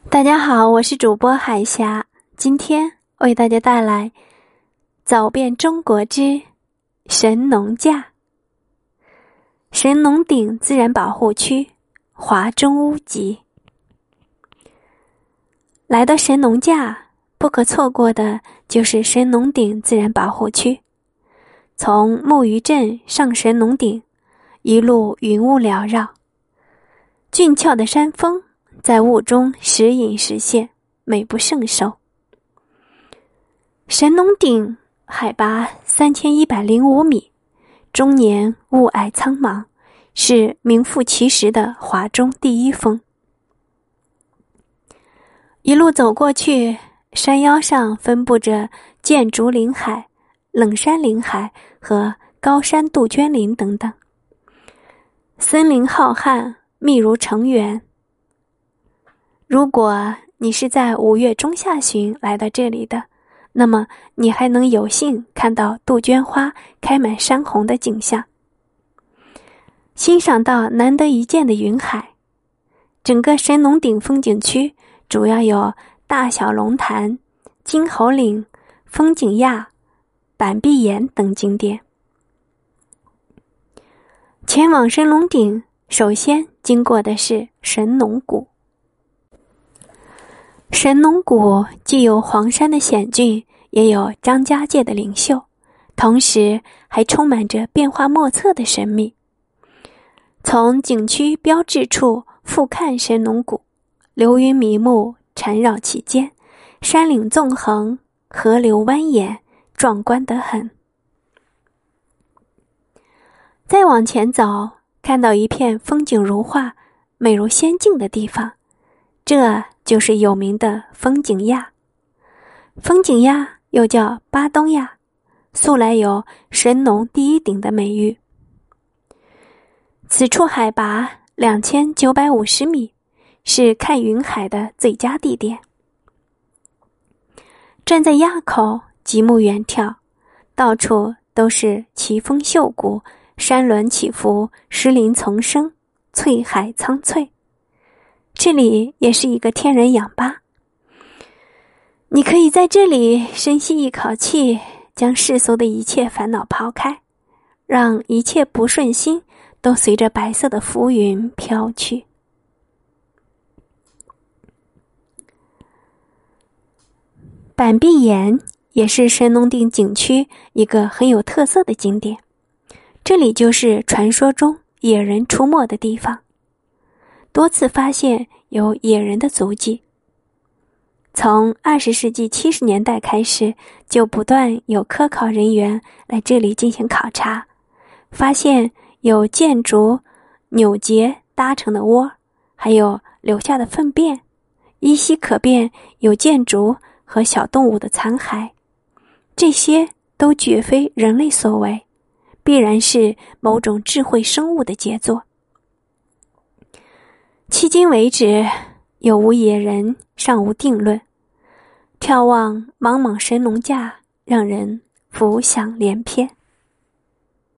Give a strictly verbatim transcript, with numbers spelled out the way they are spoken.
大家好，我是主播海霞，今天为大家带来走遍中国之神农架。神农顶自然保护区，华中屋集。来到神农架，不可错过的就是神农顶自然保护区。从木鱼镇上神农顶，一路云雾缭绕，俊俏的山峰在雾中时隐时现，美不胜收。神农顶海拔三千一百零五米，终年雾霭苍茫，是名副其实的华中第一峰。一路走过去，山腰上分布着箭竹林海、冷杉林海和高山杜鹃林等等，森林浩瀚，密如成园。如果你是在五月中下旬来到这里的，那么你还能有幸看到杜鹃花开满山红的景象，欣赏到难得一见的云海。整个神农顶风景区主要有大小龙潭、金猴岭、风景漾、板壁岩等景点。前往神农顶，首先经过的是神农谷。神农谷既有黄山的险峻，也有张家界的灵秀，同时还充满着变化莫测的神秘。从景区标志处俯瞰神农谷，流云迷雾缠绕其间，山岭纵横，河流蜿蜒，壮观得很。再往前走，看到一片风景如画、美如仙境的地方，这就是有名的风景漾。风景漾又叫巴东漾，素来有神农第一顶的美誉。此处海拔两千九百五十米，是看云海的最佳地点。站在垭口，极目远眺，到处都是奇峰秀谷，山峦起伏，石林丛生，翠海苍翠。这里也是一个天然氧吧，你可以在这里深吸一口气，将世俗的一切烦恼抛开，让一切不顺心都随着白色的浮云飘去。板壁岩也是神农顶景区一个很有特色的景点，这里就是传说中野人出没的地方，多次发现有野人的足迹。从二十世纪七十年代开始，就不断有科考人员来这里进行考察，发现有箭竹、扭结搭成的窝，还有留下的粪便，依稀可辨有箭竹和小动物的残骸，这些都绝非人类所为，必然是某种智慧生物的杰作。迄今为止，有无野人尚无定论，眺望茫茫神农架，让人浮想联翩。